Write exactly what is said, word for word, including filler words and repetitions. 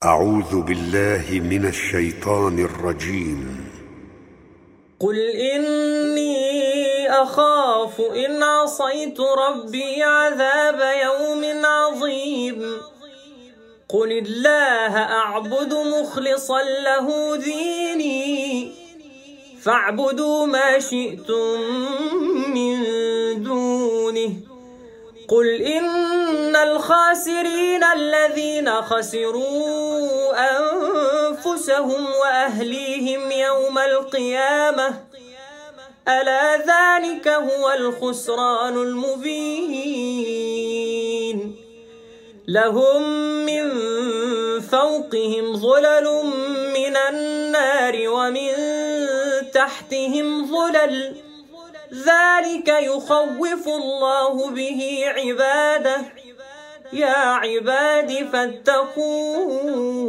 أعوذ بالله من الشيطان الرجيم. قل إني أخاف إن عصيت ربي عذاب يوم عظيم. قل الله أعبد مخلصا له ديني فاعبدوا ما شئتم من دونه. قل إن الخاسرين الذين خسروا أنفسهم وأهليهم يوم القيامة ألا ذلك هو الخسران المبين. لهم من فوقهم ظلل من النار ومن تحتهم ظلل ذلك يخوف الله به عباده. يا عباد فاتقون.